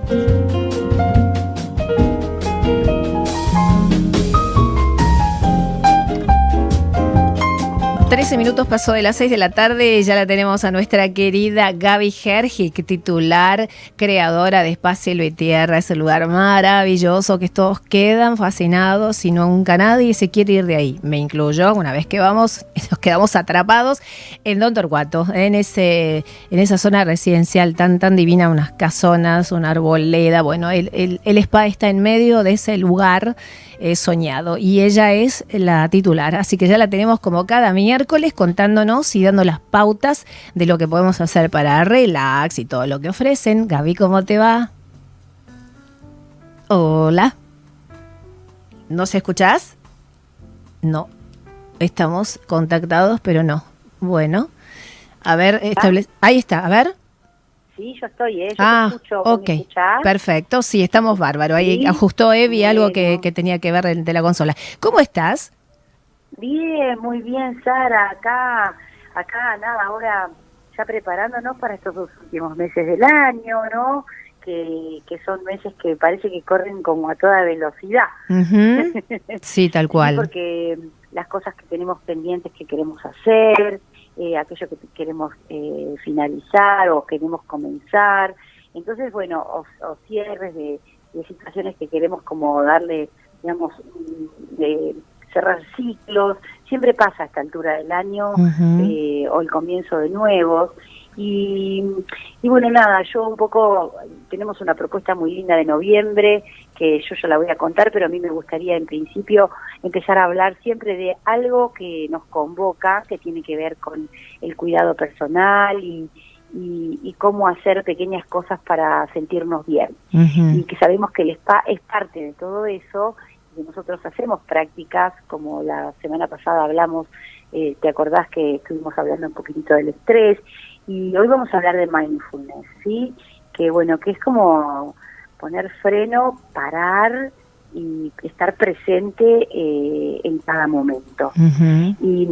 Minutos pasó de las 6 de la tarde, ya la tenemos a nuestra querida Gaby Herjich, titular, creadora de Espacio Cielo y Tierra, ese lugar maravilloso que todos quedan fascinados y nunca nadie se quiere ir de ahí. Me incluyo, una vez que vamos, nos quedamos atrapados en Don Torcuato, en esa zona residencial tan divina, unas casonas, una arboleda. Bueno, el spa está en medio de ese lugar soñado y ella es la titular, así que ya la tenemos como cada miércoles contándonos y dando las pautas de lo que podemos hacer para relax y todo lo que ofrecen. Gaby, ¿cómo te va? Hola. ¿Nos escuchás? No. Estamos contactados, pero no. Bueno, a ver, ahí está, a ver. Sí, yo estoy, yo te escucho. Ok, ¿Me escuchás? Perfecto, sí, estamos bárbaros. Ahí ¿Sí? ajustó Evi Bueno. algo que tenía que ver de la consola. ¿Cómo estás? Bien, muy bien, Sara. Acá, nada, ahora ya preparándonos para estos 2 últimos meses del año, ¿no? Que son meses que parece que corren como a toda velocidad. Uh-huh. Sí, tal cual. Sí, porque las cosas que tenemos pendientes que queremos hacer, aquello que queremos finalizar o queremos comenzar. Entonces, bueno, o cierres de situaciones que queremos como darle, digamos, de cerrar ciclos. Siempre pasa a esta altura del año, uh-huh, o el comienzo de nuevos. Y bueno, nada, yo un poco, tenemos una propuesta muy linda de noviembre, que yo ya la voy a contar, pero a mí me gustaría en principio empezar a hablar siempre de algo que nos convoca, que tiene que ver con el cuidado personal y cómo hacer pequeñas cosas para sentirnos bien. Uh-huh. Y que sabemos que el spa es parte de todo eso, y nosotros hacemos prácticas, como la semana pasada hablamos, ¿te acordás que estuvimos hablando un poquitito del estrés? Y hoy vamos a hablar de mindfulness, ¿sí? Que bueno, que es como poner freno, parar y estar presente en cada momento. Uh-huh. Y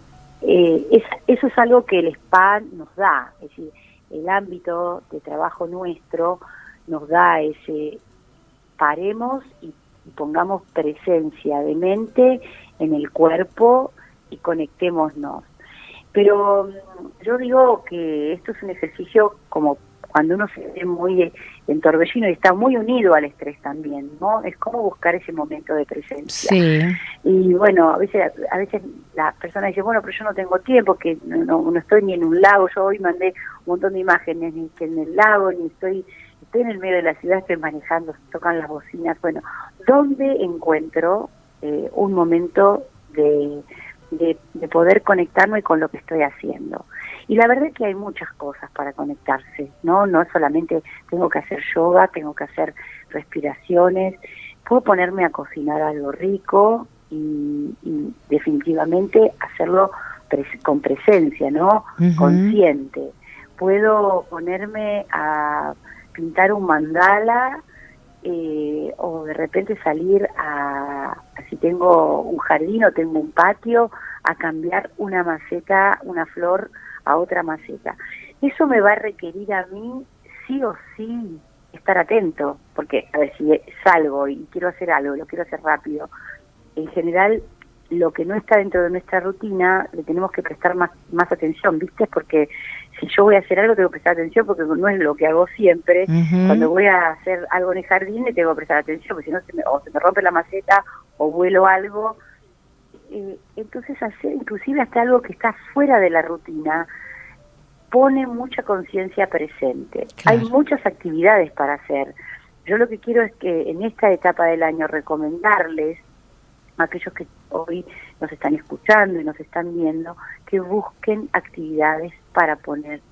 eso es algo que el spa nos da, es decir, el ámbito de trabajo nuestro nos da ese paremos y pongamos presencia de mente en el cuerpo y conectémonos. Pero yo digo que esto es un ejercicio como cuando uno se ve muy en torbellino y está muy unido al estrés también, ¿no? Es como buscar ese momento de presencia. Sí. Y bueno, a veces la persona dice, bueno, pero yo no tengo tiempo, que no estoy ni en un lago. Yo hoy mandé un montón de imágenes, ni que en el lago, ni estoy en el medio de la ciudad, estoy manejando, tocan las bocinas. Bueno, ¿dónde encuentro un momento de poder conectarme con lo que estoy haciendo? Y la verdad es que hay muchas cosas para conectarse, ¿no? No solamente tengo que hacer yoga, tengo que hacer respiraciones, puedo ponerme a cocinar algo rico y definitivamente hacerlo con presencia, ¿no? Uh-huh. Consciente. Puedo ponerme a pintar un mandala, o de repente salir si tengo un jardín o tengo un patio, a cambiar una maceta, una flor a otra maceta. Eso me va a requerir a mí sí o sí estar atento, porque a ver, si salgo y quiero hacer algo, lo quiero hacer rápido, en general lo que no está dentro de nuestra rutina le tenemos que prestar más atención, ¿viste? Porque si yo voy a hacer algo tengo que prestar atención porque no es lo que hago siempre. Uh-huh. Cuando voy a hacer algo en el jardín le tengo que prestar atención, porque si no se me rompe la maceta o vuelo algo. Entonces hacer inclusive hasta algo que está fuera de la rutina pone mucha conciencia presente. Claro. Hay muchas actividades para hacer. Yo lo que quiero es que en esta etapa del año recomendarles a aquellos que hoy nos están escuchando y nos están viendo, que busquen actividades para poner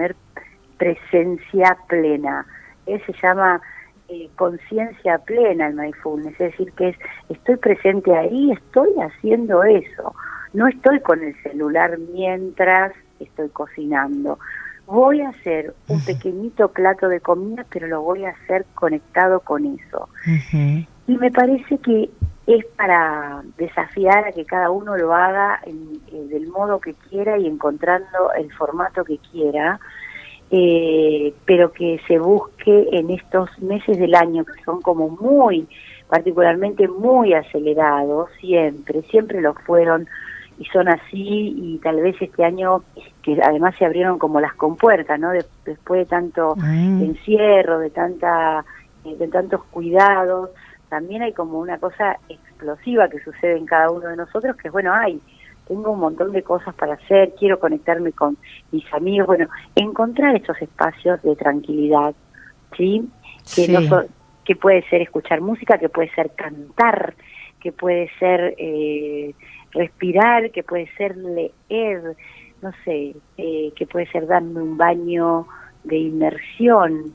presencia plena. Se llama conciencia plena el mindfulness, es decir, que estoy presente ahí, estoy haciendo eso, no estoy con el celular mientras estoy cocinando. Voy a hacer un pequeñito plato de comida, pero lo voy a hacer conectado con eso. Uh-huh. Y me parece que es para desafiar a que cada uno lo haga del modo que quiera y encontrando el formato que quiera, pero que se busque en estos meses del año que son como particularmente muy acelerados, siempre lo fueron y son así, y tal vez este año que además se abrieron como las compuertas, ¿no? Después de tanto encierro, de tantos cuidados, también hay como una cosa explosiva que sucede en cada uno de nosotros, que es bueno, tengo un montón de cosas para hacer, quiero conectarme con mis amigos, bueno, encontrar estos espacios de tranquilidad, ¿sí? Sí. Que puede ser escuchar música, que puede ser cantar, que puede ser respirar, que puede ser leer, no sé, que puede ser darme un baño de inmersión.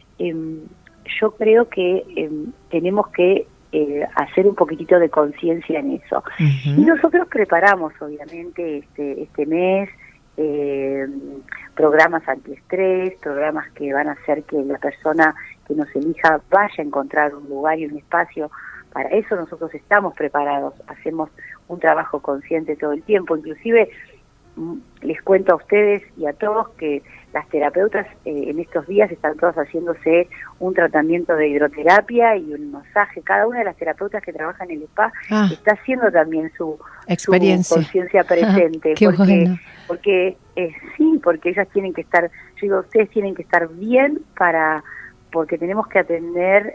Yo creo que tenemos que hacer un poquitito de conciencia en eso. Y nosotros preparamos, obviamente, este mes, programas antiestrés, programas que van a hacer que la persona que nos elija vaya a encontrar un lugar y un espacio. Para eso nosotros estamos preparados, hacemos un trabajo consciente todo el tiempo, inclusive les cuento a ustedes y a todos que las terapeutas en estos días están todas haciéndose un tratamiento de hidroterapia y un masaje. Cada una de las terapeutas que trabajan en el spa está haciendo también su conciencia presente. Porque ellas tienen que estar, yo digo, ustedes tienen que estar bien porque tenemos que atender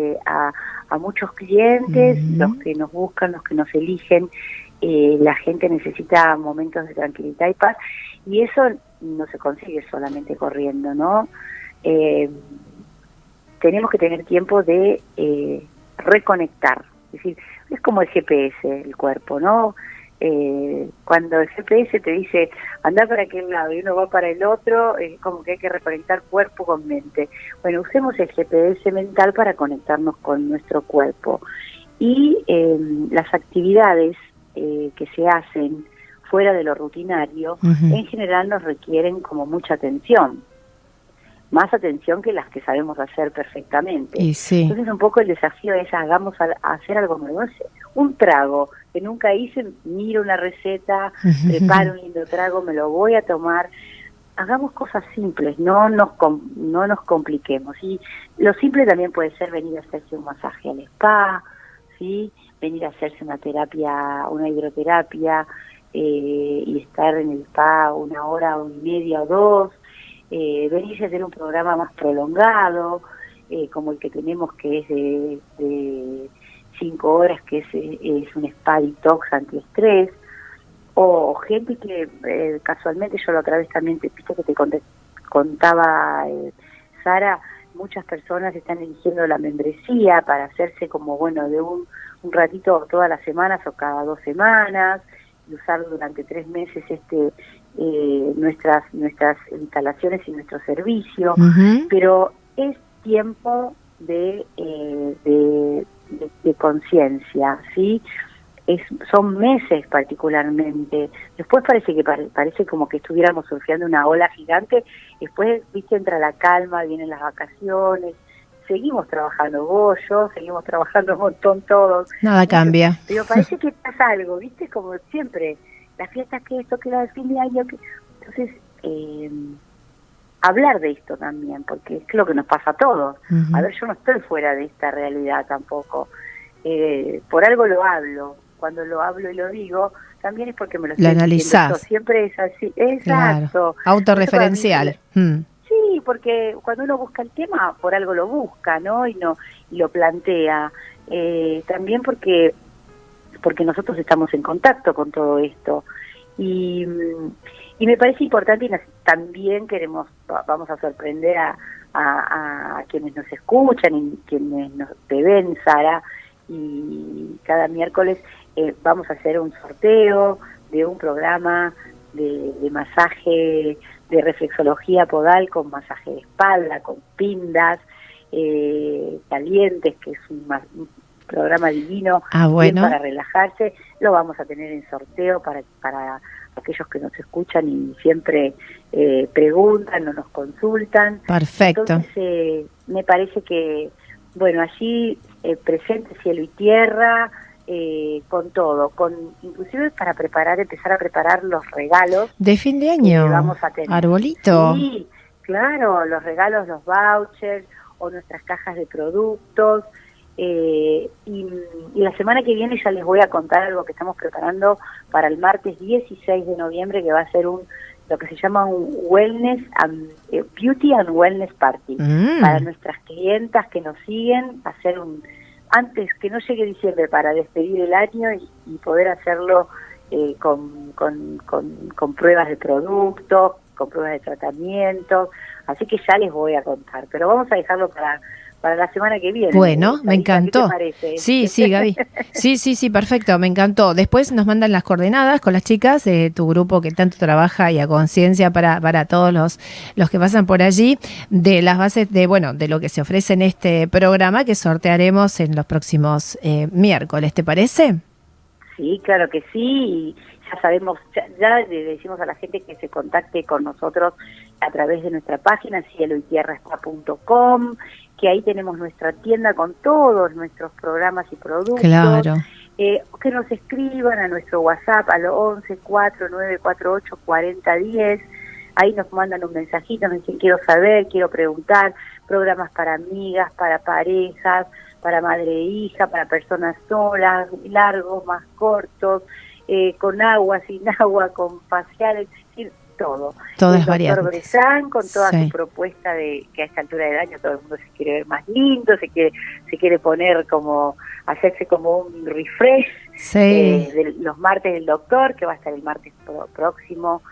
a muchos clientes, los que nos buscan, los que nos eligen. La gente necesita momentos de tranquilidad y paz, y eso no se consigue solamente corriendo, ¿no? Tenemos que tener tiempo de reconectar, es decir, es como el GPS, el cuerpo, ¿no? Cuando el GPS te dice anda para aquel lado y uno va para el otro, es como que hay que reconectar cuerpo con mente. Bueno, usemos el GPS mental para conectarnos con nuestro cuerpo, y las actividades que se hacen fuera de lo rutinario, en general nos requieren como mucha atención, más atención que las que sabemos hacer perfectamente. Entonces un poco el desafío es hacer algo nuevo, un trago que nunca hice, miro una receta, preparo un lindo trago, me lo voy a tomar. Hagamos cosas simples, no nos compliquemos. Y lo simple también puede ser venir a hacerse un masaje al spa, ¿sí? Venir a hacerse una hidroterapia, y estar en el spa 1 hora, 1:30 o 2, venir a hacer un programa más prolongado, como el que tenemos, que es de 5 horas, que es un spa detox antiestrés, o gente que casualmente, yo la otra vez también te contaba, Sara, muchas personas están eligiendo la membresía para hacerse como, bueno, de un ratito todas las semanas o cada 2 semanas, y usar durante 3 meses nuestras instalaciones y nuestro servicio, pero es tiempo de conciencia, ¿sí? Son meses particularmente. Después parece como que estuviéramos surfeando una ola gigante. Después, viste, entra la calma, vienen las vacaciones. Seguimos trabajando vos, yo, seguimos trabajando un montón todos. Nada cambia. Pero parece que pasa algo, viste, como siempre. Las fiestas que esto, que era el fin de año. Entonces, hablar de esto también, porque es lo que nos pasa a todos. A ver, yo no estoy fuera de esta realidad tampoco. Por algo lo hablo. Cuando lo hablo y lo digo, también es porque me lo estoy analizás. Siempre es así. Exacto. Claro. Autorreferencial. Sí, porque cuando uno busca el tema, por algo lo busca, ¿no? Y lo plantea. También porque nosotros estamos en contacto con todo esto. Y me parece importante, y también vamos a sorprender a quienes nos escuchan y quienes te ven, Sara, y cada miércoles vamos a hacer un sorteo de un programa de masaje, de reflexología podal, con masaje de espalda, con pindas calientes, que es un programa divino para relajarse. Lo vamos a tener en sorteo para aquellos que nos escuchan y siempre preguntan o nos consultan. Perfecto. Entonces me parece que, bueno, allí presente cielo y tierra, con todo, inclusive para empezar a preparar los regalos de fin de año, que vamos a tener. arbolito. Sí, Claro, los regalos, los vouchers o nuestras cajas de productos. Y la semana que viene ya les voy a contar algo que estamos preparando para el martes 16 de noviembre, que va a ser lo que se llama un Beauty and Wellness Party. Para nuestras clientas que nos siguen, hacer antes que no llegue diciembre, para despedir el año y poder hacerlo con pruebas de productos, con pruebas de tratamientos. Así que ya les voy a contar, pero vamos a dejarlo para la semana que viene. Bueno, me encantó. ¿Qué te parece? Sí, Gaby. Sí, perfecto, me encantó. Después nos mandan las coordenadas con las chicas de tu grupo que tanto trabaja y a conciencia para todos los que pasan por allí, de las bases de lo que se ofrece en este programa que sortearemos en los próximos miércoles, ¿te parece? Sí, claro que sí, y ya sabemos, ya le decimos a la gente que se contacte con nosotros a través de nuestra página cieloytierraspa.com, que ahí tenemos nuestra tienda con todos nuestros programas y productos. Claro. Que nos escriban a nuestro WhatsApp al 11-4948-4010, ahí nos mandan un mensajito, nos dicen quiero saber, quiero preguntar, programas para amigas, para parejas, para madre e hija, para personas solas, largos, más cortos, con agua, sin agua, con faciales, es decir, todo. Todas el variantes. doctor Bresán, con toda su propuesta de que a esta altura del año todo el mundo se quiere ver más lindo, se quiere poner hacerse como un refresh de los martes del doctor, que va a estar el martes próximo,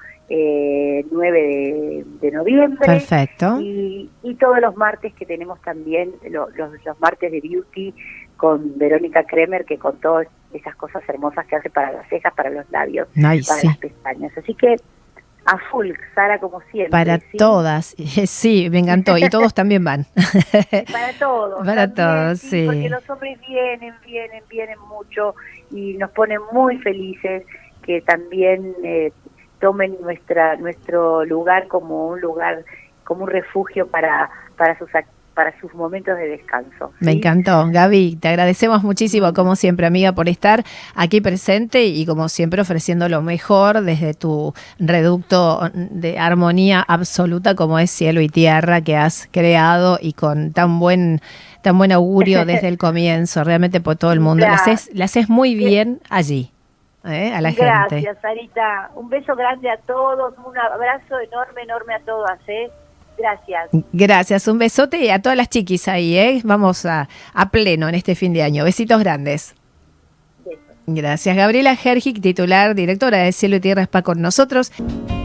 9 de noviembre. Perfecto. Y todos los martes que tenemos también, los martes de Beauty con Verónica Kremer, que con todas esas cosas hermosas que hace para las cejas, para los labios, para las pestañas. Así que a full, Sara, como siempre. Para todas, sí, me encantó. Y todos también van. Para todos. Para también, todos, sí. Porque los hombres vienen mucho y nos ponen muy felices que también tomen nuestro lugar como un refugio para sus momentos de descanso. ¿Sí? Me encantó, Gaby, te agradecemos muchísimo como siempre, amiga, por estar aquí presente y como siempre ofreciendo lo mejor desde tu reducto de armonía absoluta como es Cielo y Tierra que has creado y con tan buen augurio desde el comienzo, realmente por todo el mundo. Le haces muy bien allí. A la gente. Gracias, Sarita. Un beso grande a todos, un abrazo enorme a todas. Gracias, un besote y a todas las chiquis ahí. Vamos a pleno en este fin de año. Besitos grandes. Besos. Gracias, Gabriela Herjich, titular, directora de Cielo y Tierra Spa con nosotros.